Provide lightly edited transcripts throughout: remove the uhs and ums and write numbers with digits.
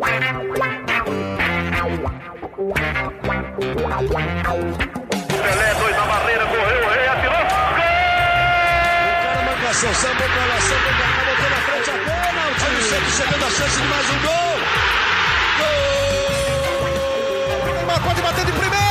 Pelé, 2 na barreira, correu, o Rei atirou. Gol! O cara marcação, sambou pra lá, botou na frente a pênalti. Olha o Santos chegando a chance de mais um gol. Gol! O Neymar pode bater de primeira.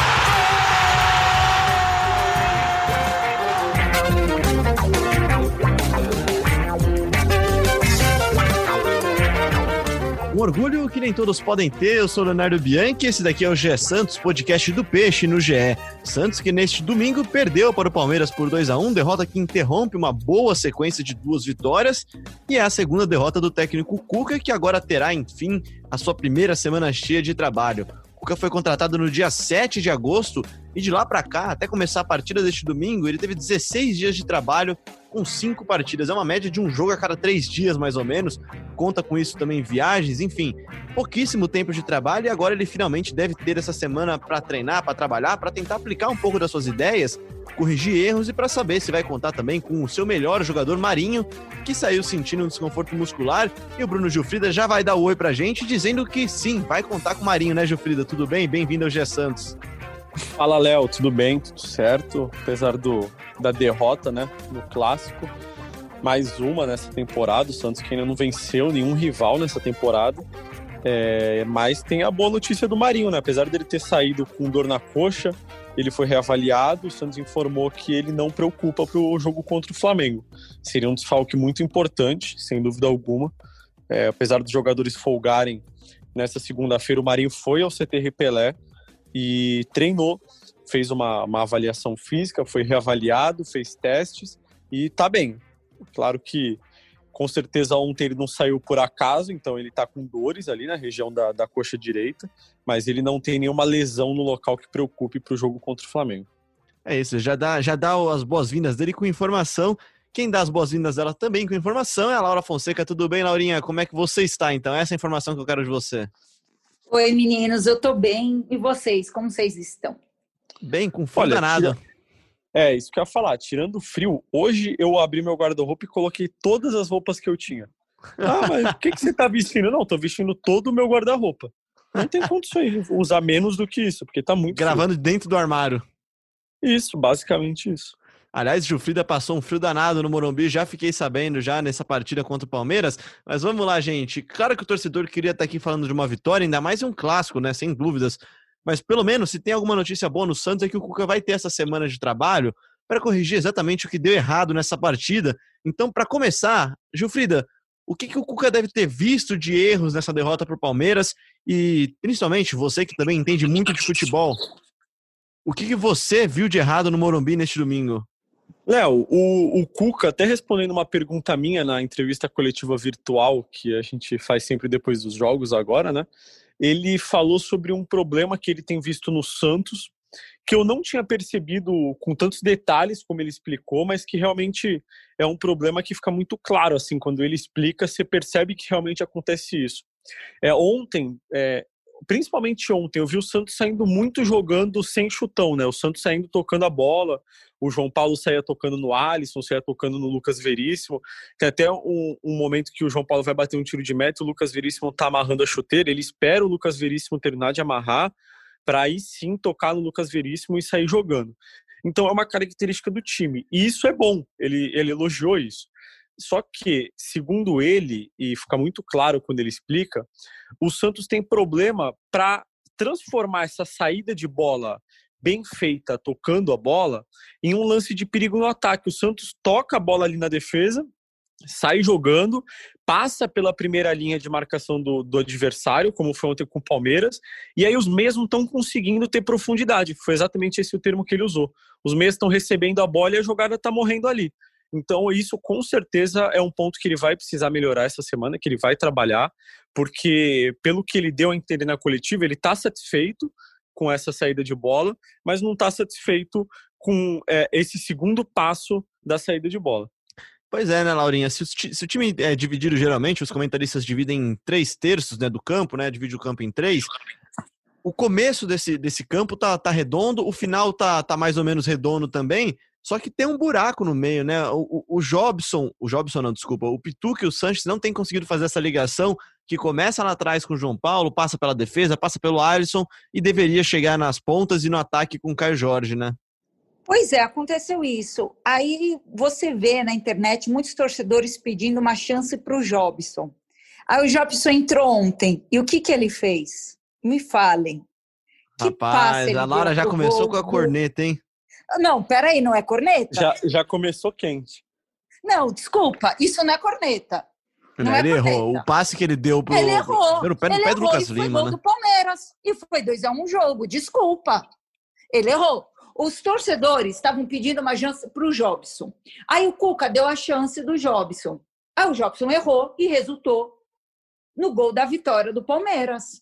Um orgulho que nem todos podem ter. Eu sou o Leonardo Bianchi, esse daqui é o GE Santos, podcast do Peixe no GE. Santos que neste domingo perdeu para o Palmeiras por 2-1, derrota que interrompe uma boa sequência de 2 vitórias e é a segunda derrota do técnico Cuca, que agora terá, enfim, a sua primeira semana cheia de trabalho. O Cuca foi contratado no dia 7 de agosto e de lá para cá, até começar a partida deste domingo, ele teve 16 dias de trabalho com 5 partidas. É uma média de um jogo a cada 3 dias, mais ou menos. Conta com isso também viagens, enfim. Pouquíssimo tempo de trabalho e agora ele finalmente deve ter essa semana para treinar, para trabalhar, para tentar aplicar um pouco das suas ideias, corrigir erros e para saber se vai contar também com o seu melhor jogador, Marinho, que saiu sentindo um desconforto muscular. E o Bruno Gilfrida já vai dar o oi pra gente, dizendo que sim, vai contar com o Marinho, né, Gilfrida? Tudo bem? Bem-vindo ao GE Santos. Fala, Léo, tudo bem? Tudo certo? Apesar da derrota, né, no Clássico, mais uma nessa temporada, o Santos que ainda não venceu nenhum rival nessa temporada, mas tem a boa notícia do Marinho, né, apesar dele ter saído com dor na coxa, ele foi reavaliado, o Santos informou que ele não preocupa para o jogo contra o Flamengo. Seria um desfalque muito importante, sem dúvida alguma, apesar dos jogadores folgarem nessa segunda-feira, o Marinho foi ao CT Pelé e treinou, fez uma avaliação física, foi reavaliado, fez testes e tá bem. Claro que, com certeza, ontem ele não saiu por acaso, então ele tá com dores ali na região da coxa direita, mas ele não tem nenhuma lesão no local que preocupe para o jogo contra o Flamengo. É isso, já dá as boas-vindas dele com informação. Quem dá as boas-vindas dela também com informação é a Laura Fonseca. Tudo bem, Laurinha? Como é que você está, então? Essa é a informação que eu quero de você. Oi, meninos, eu tô bem. E vocês, como vocês estão? Bem, com frio danado. Isso que eu ia falar. Tirando o frio, hoje eu abri meu guarda-roupa e coloquei todas as roupas que eu tinha. Ah, mas o que você tá vestindo? Não, tô vestindo todo o meu guarda-roupa. Não tem condições de usar menos do que isso, porque tá muito Gravando frio. Dentro do armário. Isso, basicamente isso. Aliás, Gilfrida passou um frio danado no Morumbi, já fiquei sabendo já nessa partida contra o Palmeiras, mas vamos lá, gente. Claro que o torcedor queria estar aqui falando de uma vitória, ainda mais um clássico, né, sem dúvidas, mas pelo menos se tem alguma notícia boa no Santos é que o Cuca vai ter essa semana de trabalho para corrigir exatamente o que deu errado nessa partida. Então, para começar, Gilfrida, o que o Cuca deve ter visto de erros nessa derrota para o Palmeiras e, principalmente, você que também entende muito de futebol, o que você viu de errado no Morumbi neste domingo? Léo, o Cuca, até respondendo uma pergunta minha na entrevista coletiva virtual que a gente faz sempre depois dos jogos agora, né? Ele falou sobre um problema que ele tem visto no Santos, que eu não tinha percebido com tantos detalhes como ele explicou, mas que realmente é um problema que fica muito claro, assim, quando ele explica, você percebe que realmente acontece isso. Principalmente ontem, eu vi o Santos saindo muito jogando sem chutão, né? O Santos saindo tocando a bola, o João Paulo saía tocando no Alisson, saía tocando no Lucas Veríssimo. Tem até um momento que o João Paulo vai bater um tiro de meta, o Lucas Veríssimo tá amarrando a chuteira, ele espera o Lucas Veríssimo terminar de amarrar, para aí sim tocar no Lucas Veríssimo e sair jogando. Então é uma característica do time, e isso é bom, ele elogiou isso. Só que, segundo ele, e fica muito claro quando ele explica, o Santos tem problema para transformar essa saída de bola bem feita, tocando a bola, em um lance de perigo no ataque. O Santos toca a bola ali na defesa, sai jogando, passa pela primeira linha de marcação do adversário, como foi ontem com o Palmeiras, e aí os meias não estão conseguindo ter profundidade. Foi exatamente esse o termo que ele usou. Os meias estão recebendo a bola e a jogada está morrendo ali. Então isso com certeza é um ponto que ele vai precisar melhorar essa semana, que ele vai trabalhar, porque pelo que ele deu a entender na coletiva, ele está satisfeito com essa saída de bola, mas não está satisfeito com esse segundo passo da saída de bola. Pois é, né, Laurinha? Se o time é dividido, geralmente, os comentaristas dividem em 3/3, né, do campo, né? Divide o campo em 3. O começo desse campo tá redondo, o final tá mais ou menos redondo também, só que tem um buraco no meio, né? O Pituca e o Sanches não têm conseguido fazer essa ligação que começa lá atrás com o João Paulo, passa pela defesa, passa pelo Alisson e deveria chegar nas pontas e no ataque com o Caio Jorge, né? Pois é, aconteceu isso. Aí você vê na internet muitos torcedores pedindo uma chance para o Jobson. Aí o Jobson entrou ontem. E o que ele fez? Me falem. Rapaz, a Laura já começou com a corneta, hein? Não, peraí, não é corneta? Já começou quente. Não, desculpa, isso não é corneta. Não é ele corneta. errou. O passe que ele deu pro... Ele errou. Deu no pé do Lucas Lima, Lima, foi gol do Palmeiras. E foi 2-1 o jogo. Desculpa. Ele errou. Os torcedores estavam pedindo uma chance para o Jobson. Aí o Cuca deu a chance do Jobson. Aí o Jobson errou e resultou no gol da vitória do Palmeiras.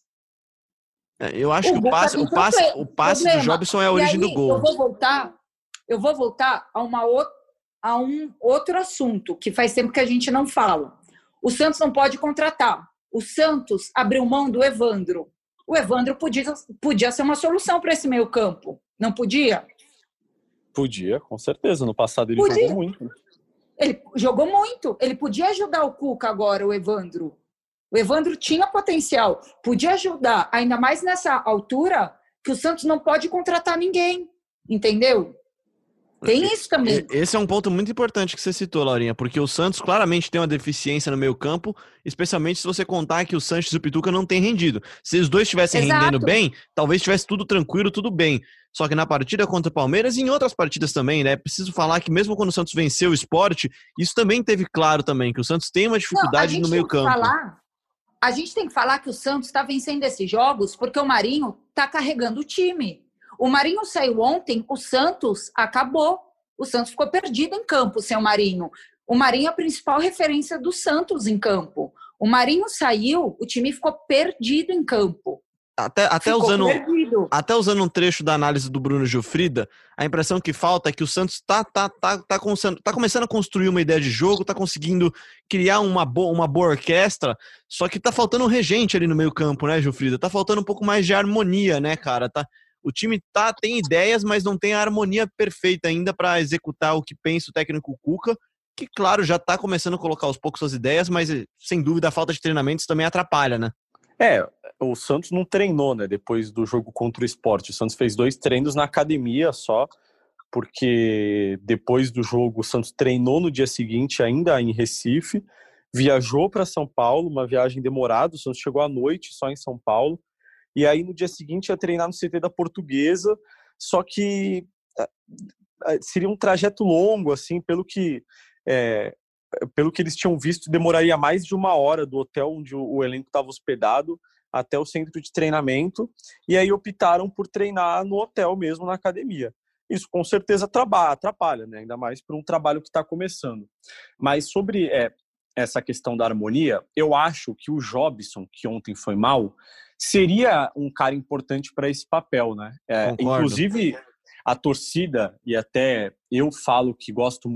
Eu acho que o passe do Jobson é a origem do gol. Eu vou voltar a um outro assunto que faz tempo que a gente não fala. O Santos não pode contratar. O Santos abriu mão do Evandro. O Evandro podia ser uma solução para esse meio campo. Não podia? Podia, com certeza. No passado ele jogou muito. Ele jogou muito. Ele podia ajudar o Cuca agora, o Evandro. O Evandro tinha potencial. Podia ajudar, ainda mais nessa altura, que o Santos não pode contratar ninguém. Entendeu? Tem isso também. Esse é um ponto muito importante que você citou, Laurinha, porque o Santos claramente tem uma deficiência no meio campo, especialmente se você contar que o Sanches e o Pituca não têm rendido. Se os dois estivessem rendendo bem, talvez tivesse tudo tranquilo, tudo bem. Só que na partida contra o Palmeiras e em outras partidas também, né? Preciso falar que mesmo quando o Santos venceu o Sport, isso também teve claro também, que o Santos tem uma dificuldade no meio campo. A gente tem que falar que o Santos está vencendo esses jogos porque o Marinho está carregando o time. O Marinho saiu ontem, o Santos acabou. O Santos ficou perdido em campo sem o Marinho. O Marinho é a principal referência do Santos em campo. O Marinho saiu, o time ficou perdido em campo. Até usando um trecho da análise do Bruno Gilfrida, a impressão que falta é que o Santos tá começando a construir uma ideia de jogo, tá conseguindo criar uma boa orquestra, só que tá faltando um regente ali no meio campo, né, Gilfrida? Tá faltando um pouco mais de harmonia, né, cara? O time tem ideias, mas não tem a harmonia perfeita ainda para executar o que pensa o técnico Cuca, que, claro, já tá começando a colocar aos poucos suas ideias, mas, sem dúvida, a falta de treinamentos também atrapalha, né? O Santos não treinou, né, depois do jogo contra o Sport. O Santos fez 2 treinos na academia só, porque depois do jogo o Santos treinou no dia seguinte, ainda em Recife, viajou para São Paulo, uma viagem demorada, o Santos chegou à noite só em São Paulo, e aí no dia seguinte ia treinar no CT da Portuguesa, só que seria um trajeto longo, assim, pelo que eles tinham visto, demoraria mais de 1 hora do hotel onde o elenco estava hospedado até o centro de treinamento, e aí optaram por treinar no hotel mesmo, na academia. Isso com certeza atrapalha, né? Ainda mais para um trabalho que está começando. Mas sobre essa questão da harmonia, eu acho que o Jobson, que ontem foi mal, seria um cara importante para esse papel, né? Inclusive, a torcida, e até eu falo que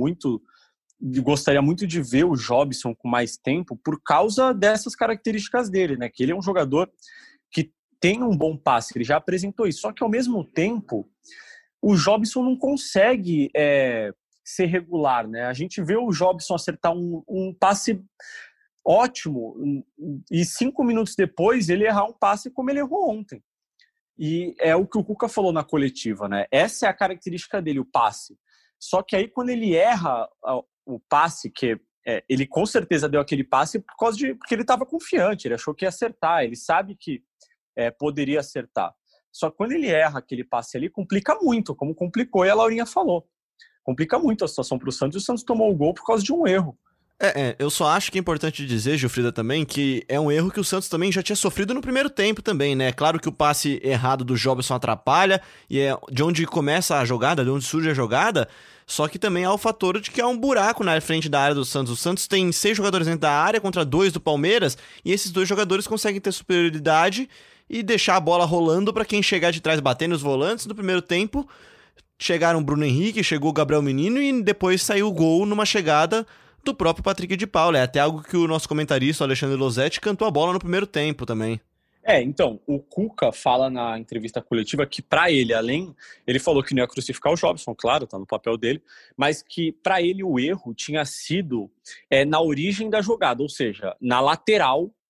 gostaria muito de ver o Jobson com mais tempo por causa dessas características dele, né? Que ele é um jogador que tem um bom passe, ele já apresentou isso. Só que, ao mesmo tempo, o Jobson não consegue ser regular, né? A gente vê o Jobson acertar um passe ótimo e 5 minutos depois ele errar um passe como ele errou ontem. E é o que o Cuca falou na coletiva, né? Essa é a característica dele, o passe. Só que aí quando ele erra o passe, que ele com certeza deu aquele passe porque ele estava confiante, ele achou que ia acertar, ele sabe que poderia acertar. Só que quando ele erra aquele passe ali, complica muito, como complicou, e a Laurinha falou. Complica muito a situação para o Santos, e o Santos tomou o gol por causa de um erro. Eu só acho que é importante dizer, Gilfrida, também, que é um erro que o Santos também já tinha sofrido no primeiro tempo também, né? Claro que o passe errado do Jobson atrapalha, e é de onde começa a jogada, de onde surge a jogada, só que também há o fator de que há um buraco na frente da área do Santos. O Santos tem 6 jogadores dentro da área contra 2 do Palmeiras, e esses 2 jogadores conseguem ter superioridade e deixar a bola rolando para quem chegar de trás batendo os volantes. No primeiro tempo, chegaram o Bruno Henrique, chegou o Gabriel Menino, e depois saiu o gol numa chegada do próprio Patrick de Paula. É até algo que o nosso comentarista, o Alexandre Losetti, cantou a bola no primeiro tempo também. Então, o Cuca fala na entrevista coletiva que para ele, ele falou que não ia crucificar o Jobson, claro, tá no papel dele, mas que para ele o erro tinha sido na origem da jogada, ou seja, na lateral,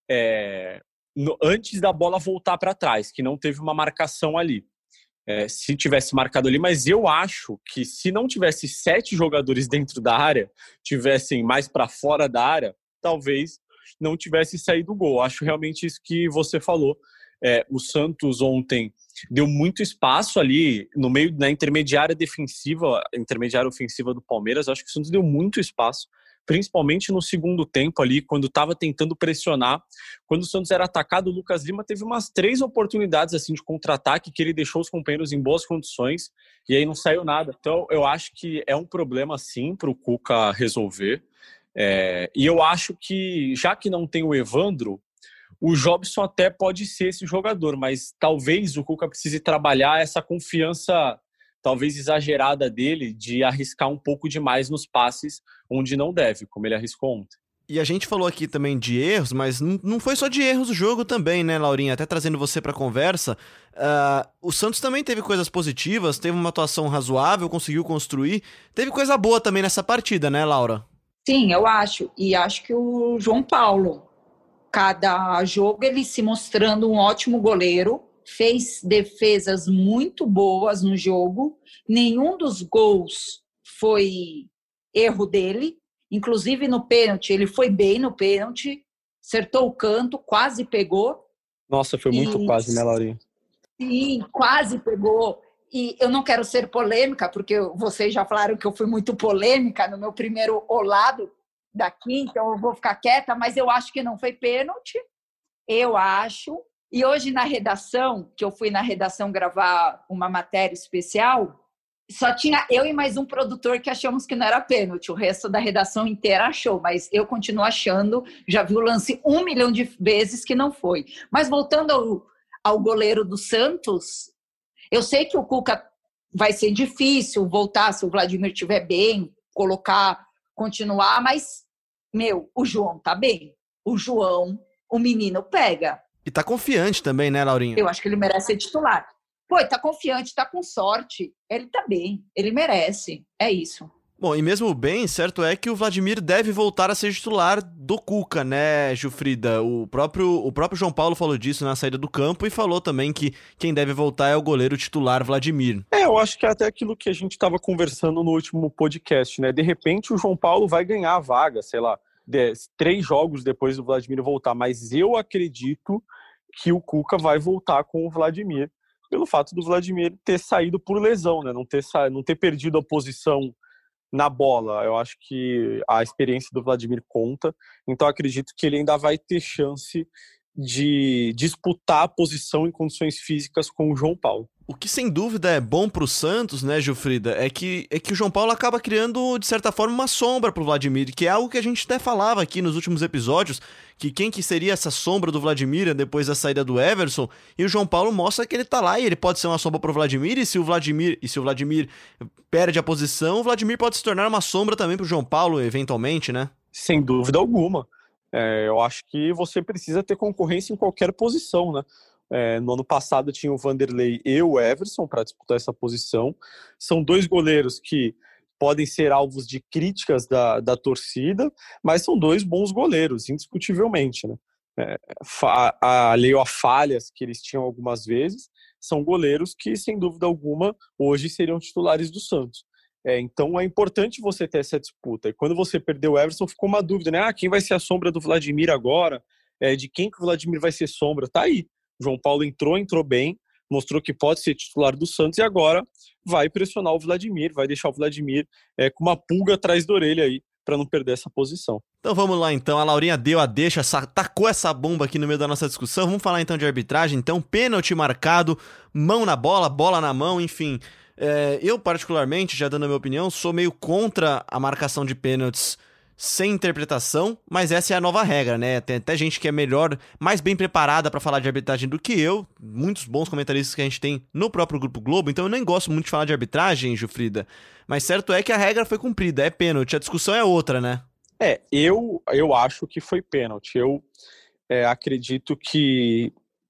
antes da bola voltar para trás, que não teve uma marcação ali. Se tivesse marcado ali, mas eu acho que se não tivesse 7 jogadores dentro da área, tivessem mais para fora da área, talvez não tivesse saído o gol. Acho realmente isso que você falou. O Santos ontem deu muito espaço ali no meio da intermediária defensiva, intermediária ofensiva do Palmeiras. Acho que o Santos deu muito espaço, principalmente no segundo tempo ali, quando estava tentando pressionar. Quando o Santos era atacado, o Lucas Lima teve umas 3 oportunidades assim, de contra-ataque, que ele deixou os companheiros em boas condições, e aí não saiu nada. Então, eu acho que é um problema, sim, para o Cuca resolver. E eu acho que, já que não tem o Evandro, o Jobson até pode ser esse jogador, mas talvez o Cuca precise trabalhar essa confiança talvez exagerada dele, de arriscar um pouco demais nos passes onde não deve, como ele arriscou ontem. E a gente falou aqui também de erros, mas não foi só de erros o jogo também, né, Laurinha? Até trazendo você para a conversa, o Santos também teve coisas positivas, teve uma atuação razoável, conseguiu construir, teve coisa boa também nessa partida, né, Laura? Sim, eu acho. E acho que o João Paulo, cada jogo ele se mostrando um ótimo goleiro, fez defesas muito boas no jogo, nenhum dos gols foi erro dele, inclusive no pênalti, ele foi bem no pênalti, acertou o canto, quase pegou. Nossa, foi muito quase, né, Laurinha? Sim, quase pegou. E eu não quero ser polêmica, porque vocês já falaram que eu fui muito polêmica no meu primeiro olado daqui, então eu vou ficar quieta, mas eu acho que não foi pênalti, eu acho. E hoje na redação, que eu fui na redação gravar uma matéria especial, só tinha eu e mais um produtor que achamos que não era pênalti. O resto da redação inteira achou, mas eu continuo achando, já vi o lance 1 milhão de vezes que não foi. Mas voltando ao goleiro do Santos, eu sei que o Cuca vai ser difícil voltar se o Vladimir estiver bem, continuar, mas, o João tá bem. O João, o menino pega. E tá confiante também, né, Laurinha? Eu acho que ele merece ser titular. Pô, ele tá confiante, tá com sorte. Ele tá bem, ele merece. É isso. Bom, e mesmo bem, certo é que o Vladimir deve voltar a ser titular do Cuca, né, Gilfrida? O próprio João Paulo falou disso na saída do campo e falou também que quem deve voltar é o goleiro titular Vladimir. Eu acho que é até aquilo que a gente estava conversando no último podcast, né? De repente o João Paulo vai ganhar a vaga, sei lá, 3 jogos depois do Vladimir voltar, mas eu acredito que o Cuca vai voltar com o Vladimir, pelo fato do Vladimir ter saído por lesão, né? Não ter perdido a posição na bola. Eu acho que a experiência do Vladimir conta, então acredito que ele ainda vai ter chance de disputar a posição em condições físicas com o João Paulo. O que sem dúvida é bom pro Santos, né, Gilfrida, é que o João Paulo acaba criando, de certa forma, uma sombra pro Vladimir, que é algo que a gente até falava aqui nos últimos episódios, que quem que seria essa sombra do Vladimir depois da saída do Everson, e o João Paulo mostra que ele tá lá e ele pode ser uma sombra pro Vladimir, e se o Vladimir perde a posição, o Vladimir pode se tornar uma sombra também pro João Paulo, eventualmente, né? Sem dúvida alguma. Eu acho que você precisa ter concorrência em qualquer posição, né? No ano passado tinha o Vanderlei e o Everson para disputar essa posição. São 2 goleiros que podem ser alvos de críticas da torcida, mas são 2 bons goleiros, indiscutivelmente, né? Alheio a falhas que eles tinham algumas vezes, são goleiros que, sem dúvida alguma, hoje seriam titulares do Santos. Então é importante você ter essa disputa. E quando você perdeu o Everson, ficou uma dúvida, né? Quem vai ser a sombra do Vladimir agora? De quem que o Vladimir vai ser sombra? Tá aí. O João Paulo entrou bem, mostrou que pode ser titular do Santos e agora vai pressionar o Vladimir, vai deixar o Vladimir com uma pulga atrás da orelha aí, para não perder essa posição. Então vamos lá então, a Laurinha deu a deixa, tacou essa bomba aqui no meio da nossa discussão. Vamos falar então de arbitragem. Então, pênalti marcado, mão na bola, bola na mão, enfim. Eu particularmente, já dando a minha opinião, sou meio contra a marcação de pênaltis sem interpretação, mas essa é a nova regra, né? Tem até gente que é mais bem preparada para falar de arbitragem do que eu, muitos bons comentaristas que a gente tem no próprio Grupo Globo, então eu nem gosto muito de falar de arbitragem, Gilfrida, mas certo é que a regra foi cumprida, é pênalti, a discussão é outra, né? Eu acho que foi pênalti. Eu acredito que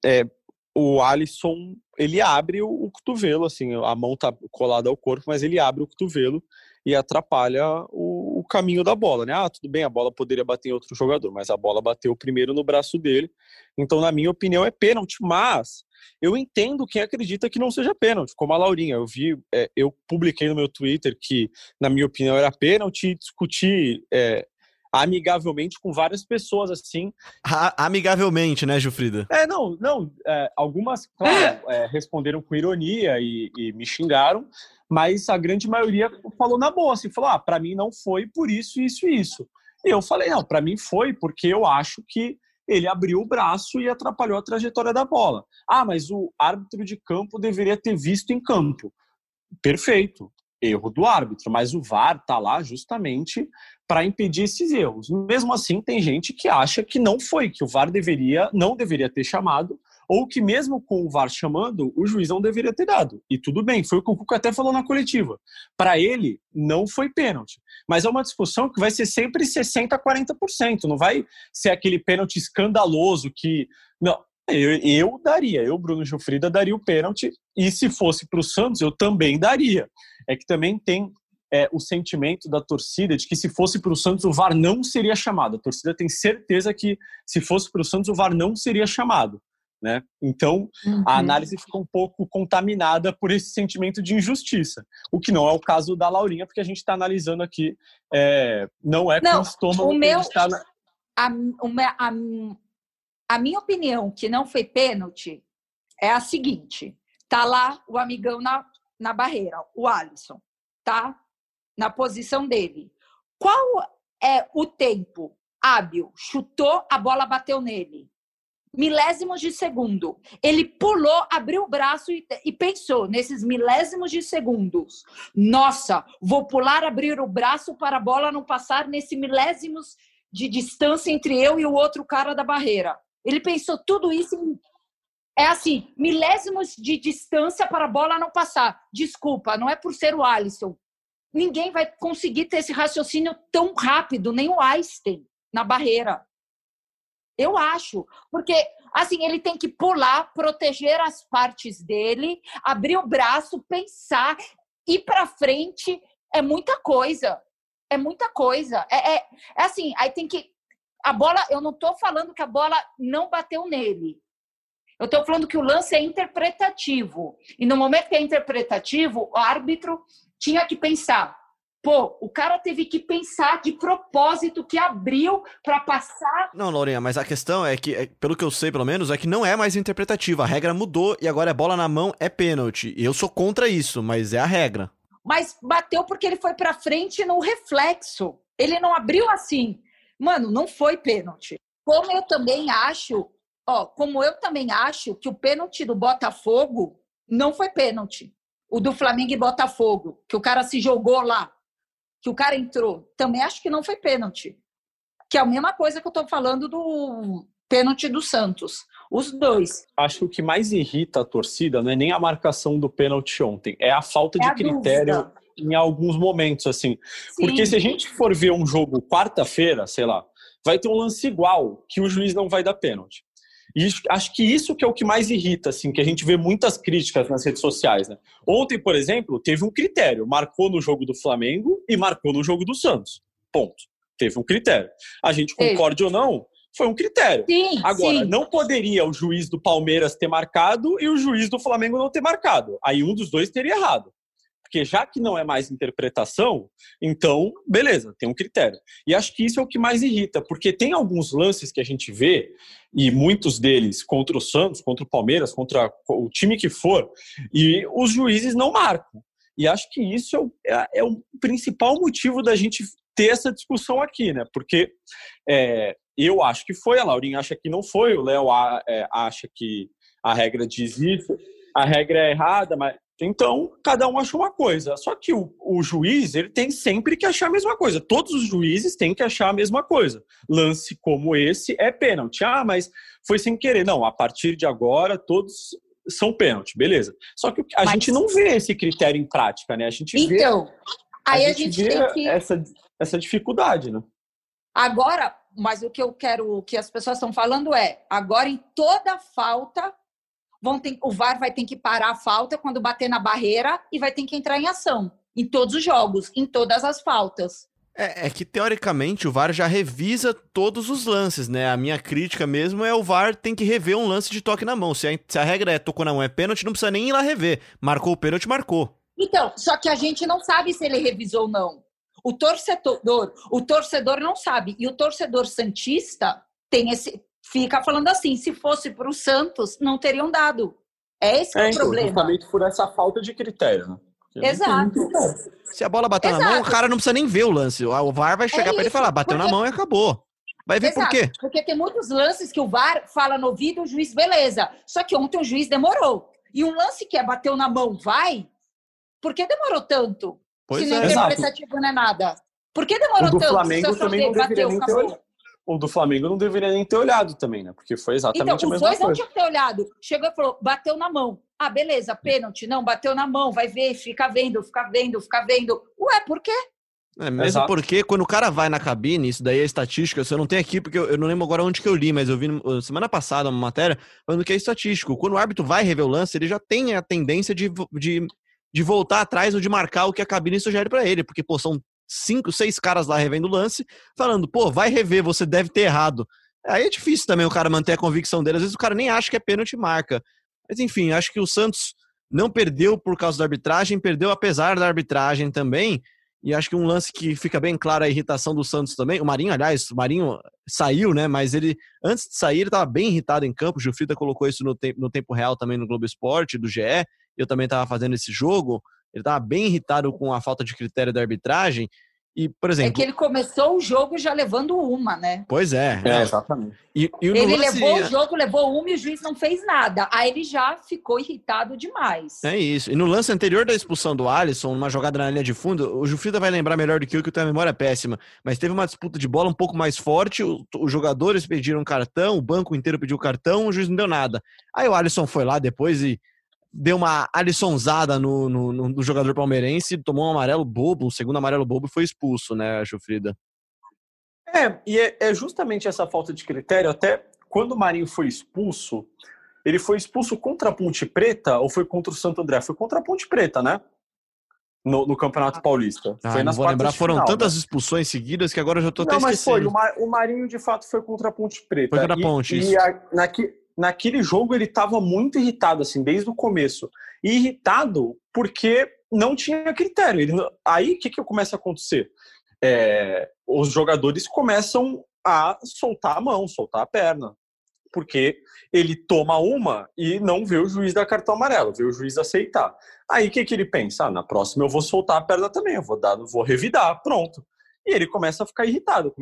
o Alisson, ele abre o cotovelo, assim, a mão tá colada ao corpo, mas ele abre o cotovelo e atrapalha o o caminho da bola, né? Tudo bem, a bola poderia bater em outro jogador, mas a bola bateu primeiro no braço dele. Então, na minha opinião, é pênalti, mas eu entendo quem acredita que não seja pênalti, como a Laurinha. Eu publiquei no meu Twitter que, na minha opinião, era pênalti e discuti amigavelmente com várias pessoas, assim. Amigavelmente, né, Gilfrida? Algumas, claro, responderam com ironia e me xingaram, mas a grande maioria falou na boa, assim, falou, pra mim não foi por isso, isso e isso. E eu falei, não, pra mim foi porque eu acho que ele abriu o braço e atrapalhou a trajetória da bola. Mas o árbitro de campo deveria ter visto em campo. Perfeito, erro do árbitro, mas o VAR está lá justamente para impedir esses erros. Mesmo assim, tem gente que acha que não foi, que o VAR não deveria ter chamado, ou que mesmo com o VAR chamando, o juiz não deveria ter dado. E tudo bem, foi o que o Cuca até falou na coletiva. Para ele, não foi pênalti. Mas é uma discussão que vai ser sempre 60% a 40%. Não vai ser aquele pênalti escandaloso que... Não, eu, Bruno Gilfrida, daria o pênalti, e se fosse para o Santos, eu também daria. É que também tem o sentimento da torcida de que se fosse para o Santos, o VAR não seria chamado. A torcida tem certeza que se fosse para o Santos, o VAR não seria chamado. Né? Então, a análise fica um pouco contaminada por esse sentimento de injustiça, o que não é o caso da Laurinha, porque a gente está analisando aqui, não é com o estômago que a gente está... A minha opinião que não foi pênalti é a seguinte, tá lá o amigão na barreira, o Alisson, tá na posição dele. Qual é o tempo hábil? Chutou, a bola bateu nele. Milésimos de segundo. Ele pulou, abriu o braço e pensou nesses milésimos de segundos. Nossa, vou pular, abrir o braço para a bola não passar nesse milésimos de distância entre eu e o outro cara da barreira. Ele pensou tudo isso milésimos de distância para a bola não passar. Desculpa, não é por ser o Alisson. Ninguém vai conseguir ter esse raciocínio tão rápido, nem o Einstein na barreira. Eu acho, porque assim, ele tem que pular, proteger as partes dele, abrir o braço, pensar, ir para frente, é muita coisa. É muita coisa. É assim, aí tem que... A bola, eu não estou falando que a bola não bateu nele. Eu estou falando que o lance é interpretativo. E no momento que é interpretativo, o árbitro tinha que pensar. O cara teve que pensar de propósito que abriu para passar... Não, Laurinha, mas a questão é que, pelo que eu sei, pelo menos, é que não é mais interpretativa. A regra mudou e agora é bola na mão, é pênalti. E eu sou contra isso, mas é a regra. Mas bateu porque ele foi para frente no reflexo. Ele não abriu assim. Mano, não foi pênalti. Como eu também acho que o pênalti do Botafogo não foi pênalti. O do Flamengo e Botafogo, que o cara se jogou lá, que o cara entrou, também acho que não foi pênalti. Que é a mesma coisa que eu tô falando do pênalti do Santos. Os dois. Acho que o que mais irrita a torcida não é nem a marcação do pênalti ontem, é a falta de critério dúvida. Em alguns momentos, assim. Sim. Porque se a gente for ver um jogo quarta-feira, sei lá, vai ter um lance igual que o juiz não vai dar pênalti. E acho que isso que é o que mais irrita, assim, que a gente vê muitas críticas nas redes sociais, né? Ontem, por exemplo, teve um critério. Marcou no jogo do Flamengo e marcou no jogo do Santos. Ponto. Teve um critério. A gente concorde ou não, foi um critério. Sim, agora, não poderia o juiz do Palmeiras ter marcado e o juiz do Flamengo não ter marcado. Aí um dos dois teria errado. Porque já que não é mais interpretação, então, beleza, tem um critério. E acho que isso é o que mais irrita, porque tem alguns lances que a gente vê, e muitos deles contra o Santos, contra o Palmeiras, contra o time que for, e os juízes não marcam. E acho que isso é o principal motivo da gente ter essa discussão aqui, né? Porque eu acho que foi, a Laurinha acha que não foi, o Léo acha que a regra diz isso, a regra é errada, mas... Então, cada um acha uma coisa. Só que o juiz, ele tem sempre que achar a mesma coisa. Todos os juízes têm que achar a mesma coisa. Lance como esse é pênalti. Mas foi sem querer. Não, a partir de agora, todos são pênalti. Beleza. Só que a gente não vê esse critério em prática, né? A gente vê, aí a gente vê tem que... essa dificuldade, né? Agora, mas o que eu quero, o que as pessoas estão falando agora em toda falta... o VAR vai ter que parar a falta quando bater na barreira e vai ter que entrar em ação. Em todos os jogos, em todas as faltas. É que, teoricamente, o VAR já revisa todos os lances, né? A minha crítica mesmo é o VAR tem que rever um lance de toque na mão. Se a regra é tocou na mão é pênalti, não precisa nem ir lá rever. Marcou o pênalti, marcou. Então, só que a gente não sabe se ele revisou ou não. O torcedor não sabe. E o torcedor santista fica falando assim, se fosse para o Santos, não teriam dado. Esse é o problema. Justamente por essa falta de critério, né? Exato. Se a bola bateu na mão, o cara não precisa nem ver o lance. O VAR vai chegar pra ele e falar, bateu na mão e acabou. Vai ver por quê? Porque tem muitos lances que o VAR fala no ouvido, o juiz, beleza. Só que ontem o juiz demorou. E um lance que bateu na mão, vai? Por que demorou tanto? Pois se não é interpretativo, não é nada. Por que demorou tanto? O do Flamengo também não deveria nem ter olhado. O do Flamengo não deveria nem ter olhado também, né? Porque foi exatamente a mesma coisa. Os dois não tinham que ter olhado. Chegou e falou, bateu na mão. Ah, beleza, pênalti. Não, bateu na mão, vai ver, fica vendo. Ué, por quê? Mesmo porque quando o cara vai na cabine, isso daí é estatística, eu não tenho aqui porque eu não lembro agora onde que eu li, mas eu vi semana passada uma matéria falando que é estatístico. Quando o árbitro vai rever o lance, ele já tem a tendência de voltar atrás ou de marcar o que a cabine sugere pra ele, porque, são 5, 6 caras lá revendo o lance, falando, vai rever, você deve ter errado. Aí é difícil também o cara manter a convicção dele, às vezes o cara nem acha que é pênalti e marca. Mas enfim, acho que o Santos não perdeu por causa da arbitragem, perdeu apesar da arbitragem também, e acho que um lance que fica bem claro a irritação do Santos também, o Marinho saiu, né, mas ele, antes de sair, ele estava bem irritado em campo, o Gilfrida colocou isso no tempo real também no Globo Esporte, do GE, eu também estava fazendo esse jogo, ele estava bem irritado com a falta de critério da arbitragem, e, por exemplo... É que ele começou o jogo já levando uma, né? Pois é. Exatamente. Ele levou o jogo, levou uma e o juiz não fez nada. Aí ele já ficou irritado demais. É isso. E no lance anterior da expulsão do Alisson, numa jogada na linha de fundo, o Gilfrida vai lembrar melhor do que eu tenho a memória péssima, mas teve uma disputa de bola um pouco mais forte, os jogadores pediram cartão, o banco inteiro pediu cartão, o juiz não deu nada. Aí o Alisson foi lá depois e deu uma alissonzada no jogador palmeirense, tomou um amarelo bobo, um segundo amarelo bobo e foi expulso, né, Gilfrida? E é justamente essa falta de critério, até quando o Marinho foi expulso, ele foi expulso contra a Ponte Preta ou foi contra o Santo André? Foi contra a Ponte Preta, né? No Campeonato Paulista. Foi nas vou lembrar, foram final, tantas né? expulsões seguidas que agora eu já tô até Não, esquecendo. mas foi, o Marinho de fato foi contra a Ponte Preta. Foi contra a Ponte, isso. Naquele jogo ele estava muito irritado, assim, desde o começo. E irritado porque não tinha critério. Aí o que começa a acontecer? Os jogadores começam a soltar a mão, soltar a perna. Porque ele toma uma e não vê o juiz dar cartão amarelo, vê o juiz aceitar. Aí o que ele pensa? Na próxima eu vou soltar a perna também, eu vou revidar, pronto. E ele começa a ficar irritado.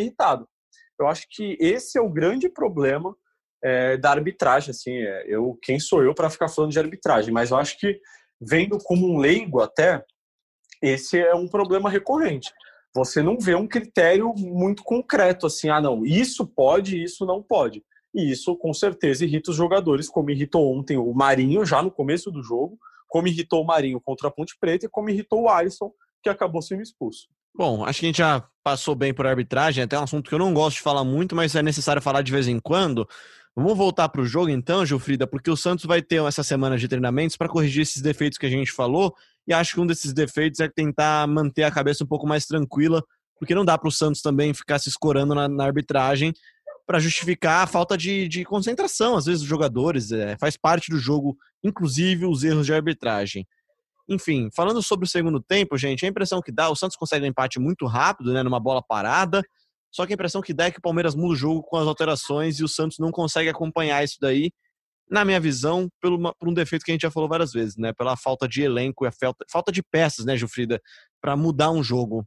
Eu acho que esse é o grande problema da arbitragem, assim, quem sou eu para ficar falando de arbitragem, mas eu acho que, vendo como um leigo até, esse é um problema recorrente. Você não vê um critério muito concreto, assim, não, isso pode, isso não pode. E isso, com certeza, irrita os jogadores, como irritou ontem o Marinho, já no começo do jogo, como irritou o Marinho contra a Ponte Preta e como irritou o Alisson, que acabou sendo expulso. Bom, acho que a gente já passou bem por arbitragem, até um assunto que eu não gosto de falar muito, mas é necessário falar de vez em quando. Vamos voltar para o jogo então, Gilfrida, porque o Santos vai ter essa semana de treinamentos para corrigir esses defeitos que a gente falou, e acho que um desses defeitos é tentar manter a cabeça um pouco mais tranquila, porque não dá para o Santos também ficar se escorando na arbitragem para justificar a falta de concentração, às vezes, dos jogadores, faz parte do jogo, inclusive os erros de arbitragem. Enfim, falando sobre o segundo tempo, gente, a impressão que dá, o Santos consegue um empate muito rápido, né, numa bola parada, só que a impressão que dá é que o Palmeiras muda o jogo com as alterações e o Santos não consegue acompanhar isso daí, na minha visão, por um defeito que a gente já falou várias vezes, né, pela falta de elenco e a falta de peças, né, Gilfrida, para mudar um jogo.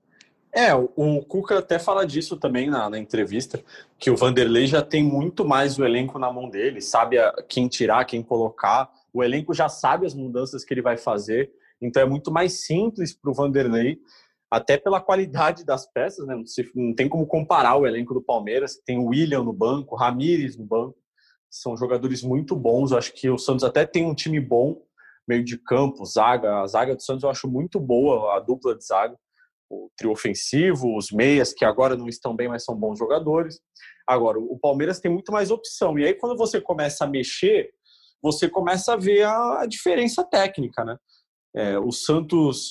O Cuca até fala disso também na entrevista, que o Vanderlei já tem muito mais o elenco na mão dele, sabe quem tirar, quem colocar, o elenco já sabe as mudanças que ele vai fazer, então é muito mais simples para o Vanderlei, até pela qualidade das peças, né? Não tem como comparar o elenco do Palmeiras, tem o William no banco, o Ramires no banco, são jogadores muito bons, eu acho que o Santos até tem um time bom, meio de campo, zaga, a zaga do Santos eu acho muito boa, a dupla de zaga, o trio ofensivo, os meias, que agora não estão bem, mas são bons jogadores. Agora, o Palmeiras tem muito mais opção. E aí, quando você começa a mexer, você começa a ver a diferença técnica, né? O Santos,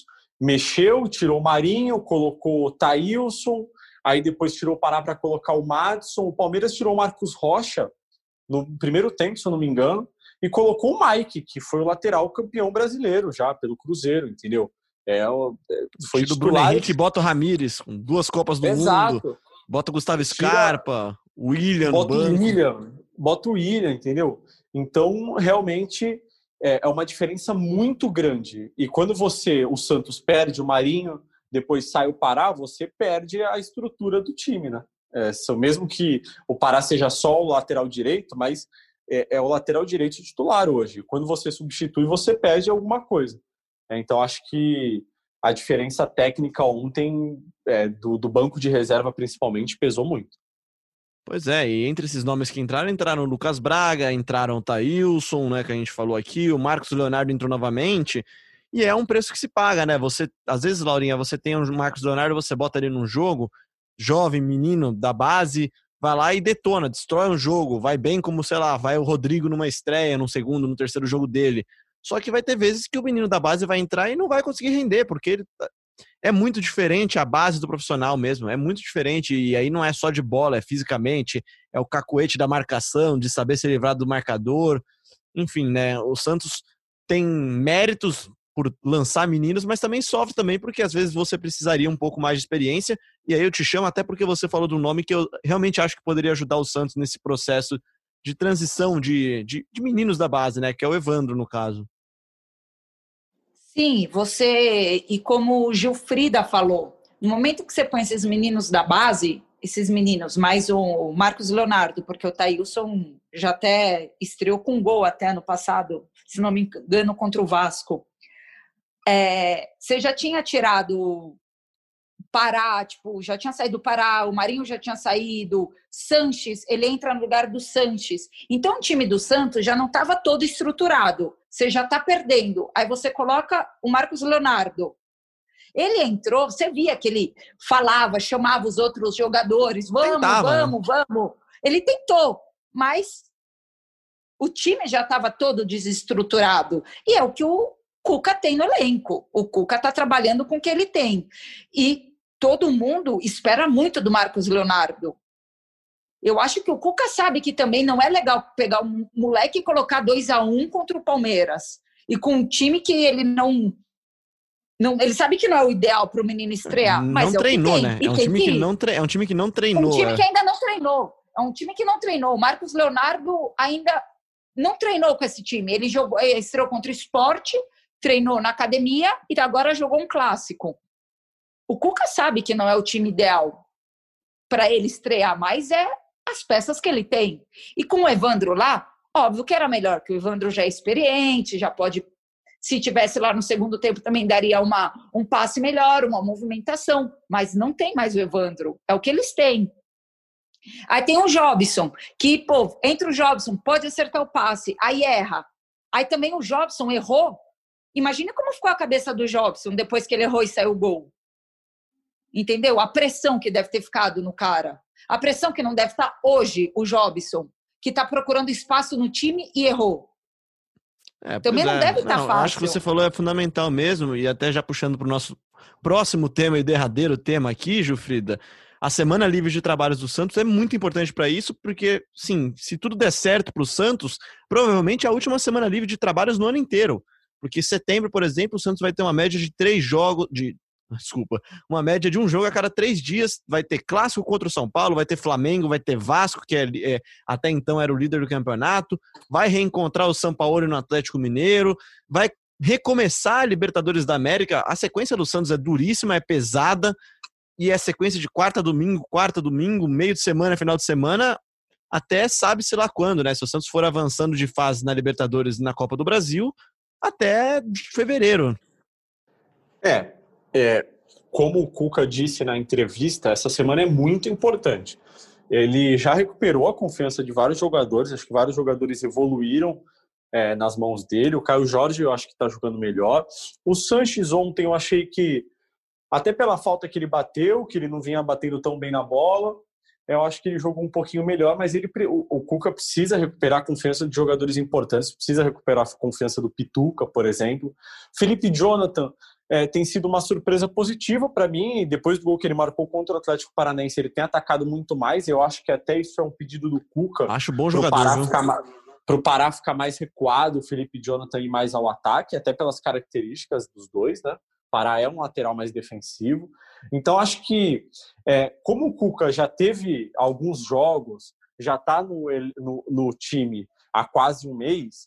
mexeu, tirou o Marinho, colocou o Thailson, aí depois tirou o Pará para colocar o Madison. O Palmeiras tirou o Marcos Rocha no primeiro tempo, se eu não me engano, e colocou o Mike, que foi o lateral campeão brasileiro já pelo Cruzeiro, entendeu? Foi tira o Bruno Henrique e bota o Ramires, com 2 Copas do Mundo. Bota o Gustavo Scarpa, o William no banco. Bota o William, entendeu? Então, realmente, é uma diferença muito grande. E quando o Santos perde o Marinho, depois sai o Pará, você perde a estrutura do time, né? Mesmo que o Pará seja só o lateral direito, mas é o lateral direito titular hoje. Quando você substitui, você perde alguma coisa. Então, acho que a diferença técnica ontem, do banco de reserva principalmente, pesou muito. Pois é, e entre esses nomes que entraram o Lucas Braga, entraram o Thailson, né, que a gente falou aqui, o Marcos Leonardo entrou novamente, e é um preço que se paga, né? Às vezes, Laurinha, você tem um Marcos Leonardo, você bota ele num jogo, jovem, menino, da base, vai lá e detona, destrói um jogo, vai bem como, sei lá, vai o Rodrigo numa estreia, no segundo, no terceiro jogo dele. Só que vai ter vezes que o menino da base vai entrar e não vai conseguir render, porque ele é muito diferente a base do profissional mesmo, é muito diferente, e aí não é só de bola, é fisicamente, é o cacuete da marcação, de saber se livrar do marcador, enfim, né, o Santos tem méritos por lançar meninos, mas também sofre também porque às vezes você precisaria um pouco mais de experiência, e aí eu te chamo até porque você falou de um nome que eu realmente acho que poderia ajudar o Santos nesse processo de transição de meninos da base, né, que é o Evandro, no caso. Sim, e como o Gilfrida falou, no momento que você põe esses meninos da base, esses meninos, mais o Marcos Leonardo, porque o Thailson já até estreou com gol até no passado, se não me engano, contra o Vasco. Você já tinha tirado Pará, já tinha saído Pará, o Marinho já tinha saído, Sanches, ele entra no lugar do Sanches. Então o time do Santos já não estava todo estruturado, você já está perdendo. Aí você coloca o Marcos Leonardo. Ele entrou, você via que ele falava, chamava os outros jogadores, vamos. Ele tentou, mas o time já estava todo desestruturado. E é o que o Cuca tem no elenco. O Cuca está trabalhando com o que ele tem. E todo mundo espera muito do Marcos Leonardo. Eu acho que o Cuca sabe que também não é legal pegar um moleque e colocar 2-1 contra o Palmeiras. E com um time que ele não ele sabe que não é o ideal para o menino estrear. Mas não treinou, né? É um time que não treinou. Um time que ainda não treinou. É um time que não treinou. O Marcos Leonardo ainda não treinou com esse time. Ele estreou contra o Sport, treinou na academia e agora jogou um clássico. O Cuca sabe que não é o time ideal para ele estrear, mas é as peças que ele tem. E com o Evandro lá, óbvio que era melhor, que o Evandro já é experiente, já pode, se tivesse lá no segundo tempo, também daria um passe melhor, uma movimentação, mas não tem mais o Evandro, é o que eles têm. Aí tem o Jobson, que, entre o Jobson, pode acertar o passe, aí erra. Aí também o Jobson errou. Imagina como ficou a cabeça do Jobson depois que ele errou e saiu o gol. Entendeu? A pressão que deve ter ficado no cara. A pressão que não deve estar hoje, o Jobson, que está procurando espaço no time e errou. Também não deve estar fácil. Acho que você falou é fundamental mesmo, e até já puxando para o nosso próximo tema e derradeiro tema aqui, Gilfrida, a semana livre de trabalhos do Santos é muito importante para isso, porque, sim, se tudo der certo para o Santos, provavelmente é a última semana livre de trabalhos no ano inteiro. Porque em setembro, por exemplo, o Santos vai ter uma média de 3 jogos, uma média de um jogo a cada 3 dias, vai ter clássico contra o São Paulo, vai ter Flamengo, vai ter Vasco, que até então era o líder do campeonato, vai reencontrar o Sampaoli no Atlético Mineiro, vai recomeçar a Libertadores da América. A sequência do Santos é duríssima, é pesada, e é sequência de quarta, domingo, meio de semana, final de semana, até sabe-se lá quando, né? Se o Santos for avançando de fase na Libertadores e na Copa do Brasil, até fevereiro. Como o Cuca disse na entrevista, essa semana é muito importante. Ele já recuperou a confiança de vários jogadores, acho que vários jogadores evoluíram nas mãos dele. O Caio Jorge eu acho que está jogando melhor. O Sanches ontem eu achei que, até pela falta que ele bateu, que ele não vinha batendo tão bem na bola, eu acho que ele jogou um pouquinho melhor, mas o Cuca precisa recuperar a confiança de jogadores importantes, precisa recuperar a confiança do Pituca, por exemplo. Felipe Jonathan, tem sido uma surpresa positiva para mim. Depois do gol que ele marcou contra o Atlético Paranaense, ele tem atacado muito mais. Eu acho que até isso é um pedido do Cuca. Acho bom jogador, para o Pará ficar mais recuado, o Felipe Jonathan ir mais ao ataque, até pelas características dos dois, né? O Pará é um lateral mais defensivo. Então, acho que, como o Cuca já teve alguns jogos, já está no time há quase um mês,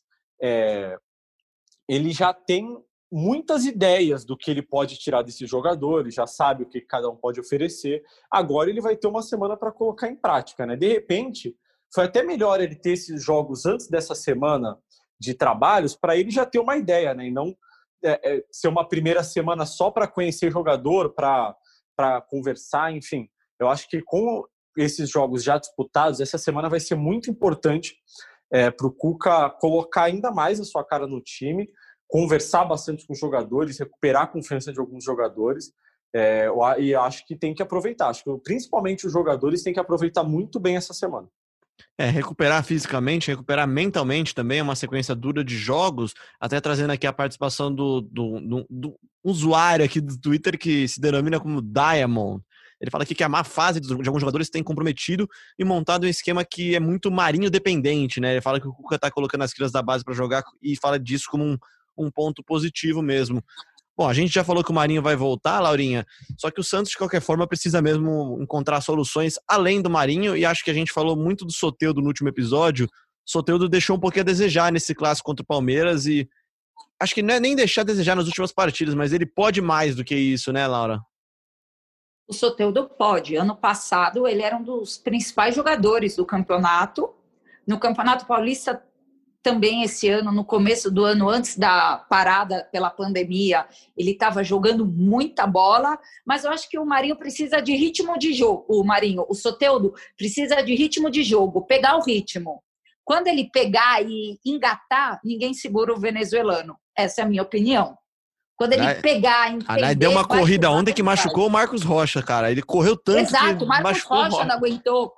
ele já tem muitas ideias do que ele pode tirar desses jogadores, já sabe o que cada um pode oferecer. Agora ele vai ter uma semana para colocar em prática, né? De repente, foi até melhor ele ter esses jogos antes dessa semana de trabalhos para ele já ter uma ideia, né? E não ser uma primeira semana só para conhecer jogador, para conversar, enfim. Eu acho que com esses jogos já disputados, essa semana vai ser muito importante para o Cuca colocar ainda mais a sua cara no time, conversar bastante com os jogadores, recuperar a confiança de alguns jogadores, e acho que tem que aproveitar. Acho que principalmente os jogadores têm que aproveitar muito bem essa semana. Recuperar fisicamente, recuperar mentalmente também, é uma sequência dura de jogos, até trazendo aqui a participação do usuário aqui do Twitter que se denomina como Diamond. Ele fala aqui que a má fase de alguns jogadores tem comprometido e montado um esquema que é muito Marinho dependente, né? Ele fala que o Cuca tá colocando as crianças da base para jogar e fala disso como um ponto positivo mesmo. Bom, a gente já falou que o Marinho vai voltar, Laurinha, só que o Santos, de qualquer forma, precisa mesmo encontrar soluções além do Marinho, e acho que a gente falou muito do Soteldo no último episódio. O Soteldo deixou um pouquinho a desejar nesse clássico contra o Palmeiras, e acho que não é nem deixar a desejar nas últimas partidas, mas ele pode mais do que isso, né, Laura? O Soteldo pode. Ano passado, ele era um dos principais jogadores do campeonato. No Campeonato Paulista, também esse ano, no começo do ano, antes da parada pela pandemia, ele estava jogando muita bola, mas eu acho que o Marinho precisa de ritmo de jogo. O Soteldo precisa de ritmo de jogo, pegar o ritmo. Quando ele pegar e engatar, ninguém segura o venezuelano. Essa é a minha opinião. Quando ele pegar, entender... Deu uma corrida ontem que machucou o Marcos Rocha, cara. Ele correu tanto. Exato, que o Marcos machucou Rocha não aguentou.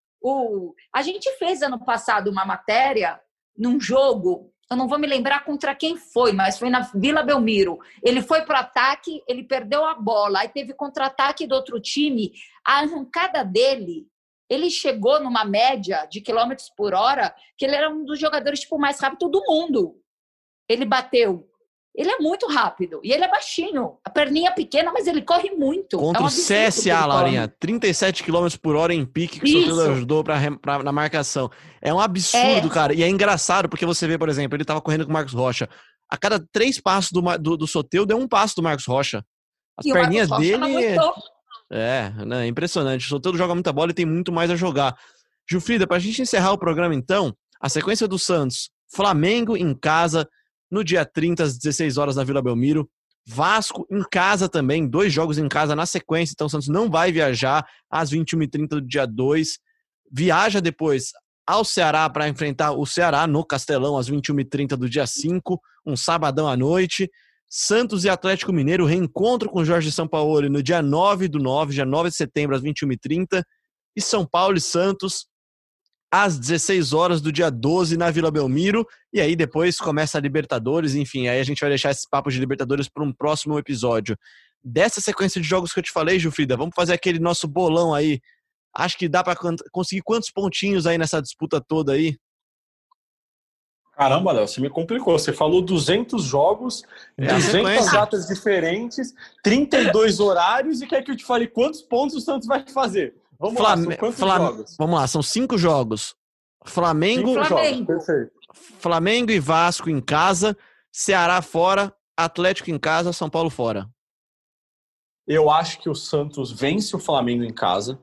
A gente fez ano passado uma matéria num jogo, eu não vou me lembrar contra quem foi, mas foi na Vila Belmiro. Ele foi para o ataque, ele perdeu a bola, aí teve contra-ataque do outro time. A arrancada dele, ele chegou numa média de quilômetros por hora, que ele era um dos jogadores mais rápido do mundo. Ele bateu. Ele é muito rápido. E ele é baixinho. A perninha pequena, mas ele corre muito. Contra o CSA, Laurinha. 37 km por hora em pique, que o Soteldo ajudou na marcação. É um absurdo, cara. E é engraçado, porque você vê, por exemplo, ele estava correndo com o Marcos Rocha. A cada 3 passos do Soteldo, é um passo do Marcos Rocha. As perninhas dele... É impressionante. O Soteldo joga muita bola e tem muito mais a jogar. Gilfrida, pra gente encerrar o programa, então, a sequência do Santos, Flamengo em casa... No dia 30, às 16 horas, na Vila Belmiro. Vasco em casa também, 2 jogos em casa na sequência. Então o Santos não vai viajar às 21h30 do dia 2. Viaja depois ao Ceará para enfrentar o Ceará no Castelão às 21h30 do dia 5. Um sabadão à noite. Santos e Atlético Mineiro, reencontro com Jorge Sampaoli no dia 9/9, dia 9 de setembro, às 21h30. E São Paulo e Santos às 16 horas do dia 12 na Vila Belmiro, e aí depois começa a Libertadores, enfim, aí a gente vai deixar esse papo de Libertadores para um próximo episódio. Dessa sequência de jogos que eu te falei, Gilfrida, vamos fazer aquele nosso bolão aí. Acho que dá para conseguir quantos pontinhos aí nessa disputa toda aí? Caramba, Léo, você me complicou. Você falou 200 jogos, 200 datas diferentes, 32 horários, e quer que eu te fale quantos pontos o Santos vai fazer? Vamos lá, são quantos jogos? Vamos lá, são 5 jogos. Flamengo. Perfeito. Flamengo e Vasco em casa, Ceará fora, Atlético em casa, São Paulo fora. Eu acho que o Santos vence o Flamengo em casa,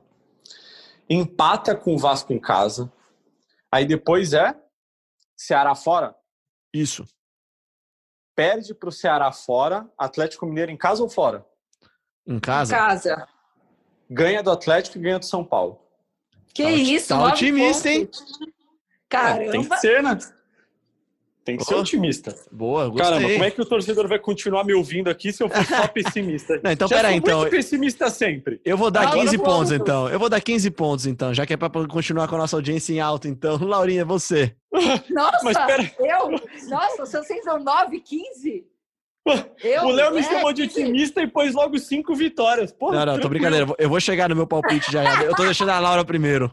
empata com o Vasco em casa, aí depois Ceará fora? Isso. Perde para o Ceará fora, Atlético Mineiro em casa ou fora? Em casa. Em casa. Ganha do Atlético e ganha do São Paulo. Que isso, tá otimista, hein? Caramba. Tem que ser, né? Tem que ser otimista. Boa, gostei. Caramba, como é que o torcedor vai continuar me ouvindo aqui se eu for só pessimista? Não, então, peraí, então. Muito pessimista sempre. Eu vou dar 15 pontos, então. Eu vou dar 15 pontos, então, já que é pra continuar com a nossa audiência em alta, então. Laurinha, você. Nossa, Mas pera... Nossa, se vocês dão 9, 15? O Léo me chamou de otimista e pôs logo 5 vitórias. Porra, Não, tô brincadeira. Eu vou chegar no meu palpite já. Eu tô deixando a Laura primeiro.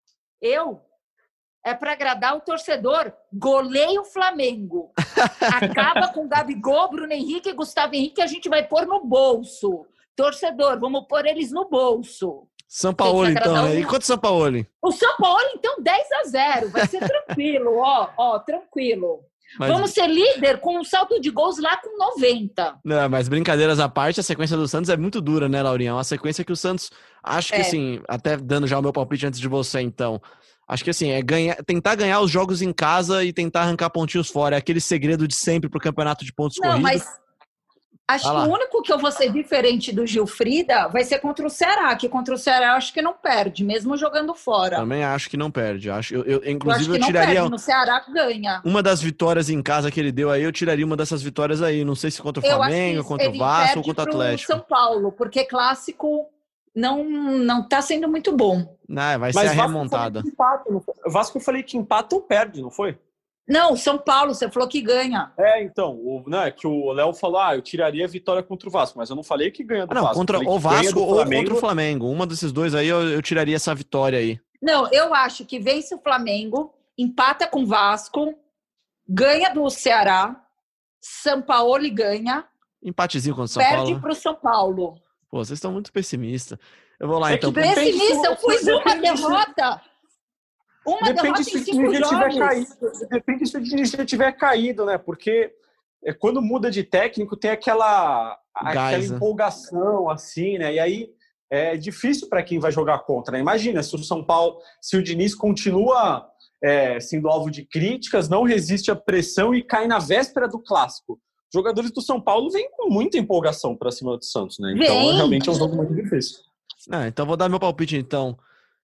É para agradar o torcedor. Goleia o Flamengo. Acaba com Gabigol, Bruno Henrique e Gustavo Henrique, a gente vai pôr no bolso. Torcedor, vamos pôr eles no bolso. São Paulo, então. E quanto São Paulo? O São Paulo, então, 10-0. Vai ser tranquilo, tranquilo. Mas... Vamos ser líder com um saldo de gols lá com 90. Não, mas brincadeiras à parte, a sequência do Santos é muito dura, né, Laurinha? É uma sequência que o Santos, acho que assim, até dando já o meu palpite antes de você, então, acho que assim, tentar ganhar os jogos em casa e tentar arrancar pontinhos fora. É aquele segredo de sempre pro campeonato de pontos corridos. Mas acho que o único que eu vou ser diferente do Gilfrida vai ser contra o Ceará, que contra o Ceará eu acho que não perde, mesmo jogando fora. Também acho que não perde. Inclusive, eu tiraria... Perde, no Ceará ganha. Uma das vitórias em casa que ele deu aí, eu tiraria uma dessas vitórias aí. Não sei se contra o Flamengo, contra o Vasco ou contra o Atlético. São Paulo, porque clássico não tá sendo muito bom. Não, vai ser a remontada. O Vasco eu falei que empata ou perde, não foi? Não, São Paulo, você falou que ganha. Então, é que o Léo falou, eu tiraria a vitória contra o Vasco, mas eu não falei que ganha do Vasco. Contra o Vasco ou contra o Flamengo. Uma desses dois aí, eu tiraria essa vitória aí. Não, eu acho que vence o Flamengo, empata com o Vasco, ganha do Ceará, São Paulo ganha. Empatezinho contra o São Paulo. Perde pro São Paulo. Pô, vocês estão muito pessimistas. Eu vou lá, então. Pessimista, eu fiz uma derrota. Depende se o time já tiver caído. Depende se o time já tiver caído, né? Porque quando muda de técnico, tem aquela empolgação, assim, né? E aí é difícil para quem vai jogar contra, né? Imagina, se o São Paulo, se o Diniz continua sendo alvo de críticas, não resiste à pressão e cai na véspera do clássico. Os jogadores do São Paulo vêm com muita empolgação para cima do Santos, né? Então, realmente é um jogo muito difícil. Então, vou dar meu palpite, então.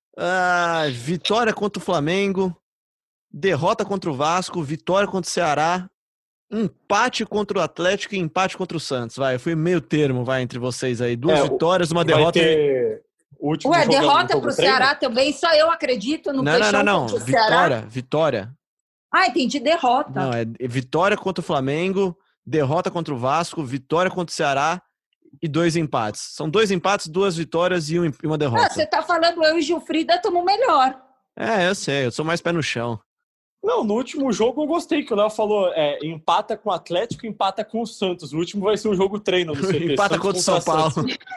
Vitória contra o Flamengo, derrota contra o Vasco, vitória contra o Ceará, empate contra o Atlético e empate contra o Santos. Eu fui meio termo, entre vocês aí. 2 vitórias, uma derrota. Derrota pro Ceará também, só eu acredito no Peixão. Não. Vitória. Entendi, derrota. Não, é vitória contra o Flamengo, derrota contra o Vasco, vitória contra o Ceará e 2 empates. São 2 empates, 2 vitórias e uma derrota. Você tá falando, eu e Gilfrida estamos melhor. Eu sei, eu sou mais pé no chão. Não, no último jogo eu gostei, que o Léo falou, empata com o Atlético, empata com o Santos. O último vai ser um jogo treino no CT. Empata Santos contra o São Paulo.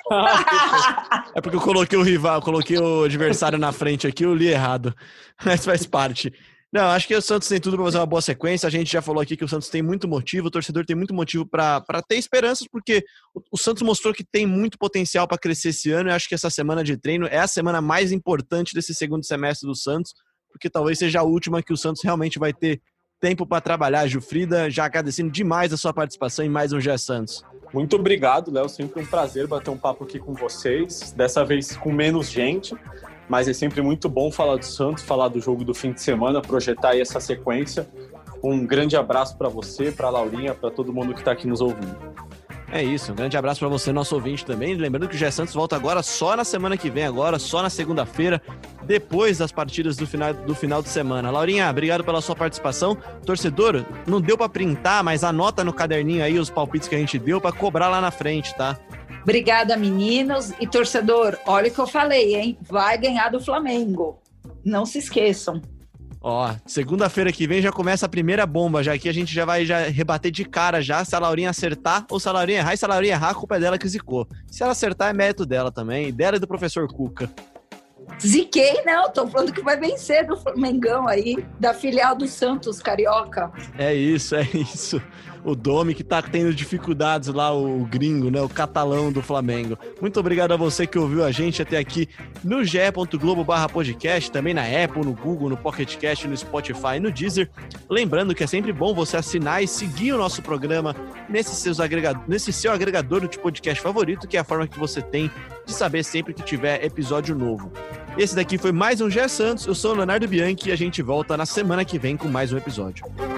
É porque eu coloquei o rival, coloquei o adversário na frente aqui, eu li errado. Mas faz parte. Não, acho que o Santos tem tudo para fazer uma boa sequência. A gente já falou aqui que o Santos tem muito motivo, o torcedor tem muito motivo para ter esperanças, porque o Santos mostrou que tem muito potencial para crescer esse ano. Eu acho que essa semana de treino é a semana mais importante desse segundo semestre do Santos, porque talvez seja a última que o Santos realmente vai ter tempo para trabalhar. Gilfrida, já agradecendo demais a sua participação em mais um GE Santos. Muito obrigado, Léo. Sempre um prazer bater um papo aqui com vocês. Dessa vez com menos gente. Mas é sempre muito bom falar do Santos, falar do jogo do fim de semana, projetar aí essa sequência. Um grande abraço para você, para a Laurinha, para todo mundo que está aqui nos ouvindo. É isso, um grande abraço para você, nosso ouvinte também. Lembrando que o GE Santos volta agora só na semana que vem, agora só na segunda-feira, depois das partidas do final de semana. Laurinha, obrigado pela sua participação. Torcedor, não deu para printar, mas anota no caderninho aí os palpites que a gente deu para cobrar lá na frente, tá? Obrigada, meninos. E torcedor, olha o que eu falei, hein? Vai ganhar do Flamengo. Não se esqueçam. Segunda-feira que vem já começa a primeira bomba. Já aqui a gente já vai rebater de cara já. Se a Laurinha acertar ou se a Laurinha errar. E se a Laurinha errar, a culpa é dela que zicou. Se ela acertar, é mérito dela também. Dela e do professor Cuca. Ziquei, não. Tô falando que vai vencer do Flamengão aí, da filial do Santos Carioca. É isso. O Domi que tá tendo dificuldades lá, o gringo, né? O catalão do Flamengo. Muito obrigado a você que ouviu a gente até aqui no ge.globo/podcast, também na Apple, no Google, no Pocket Cast, no Spotify, no Deezer. Lembrando que é sempre bom você assinar e seguir o nosso programa nesse seu agregador de podcast favorito, que é a forma que você tem de saber sempre que tiver episódio novo. Esse daqui foi mais um GE Santos. Eu sou o Leonardo Bianchi e a gente volta na semana que vem com mais um episódio.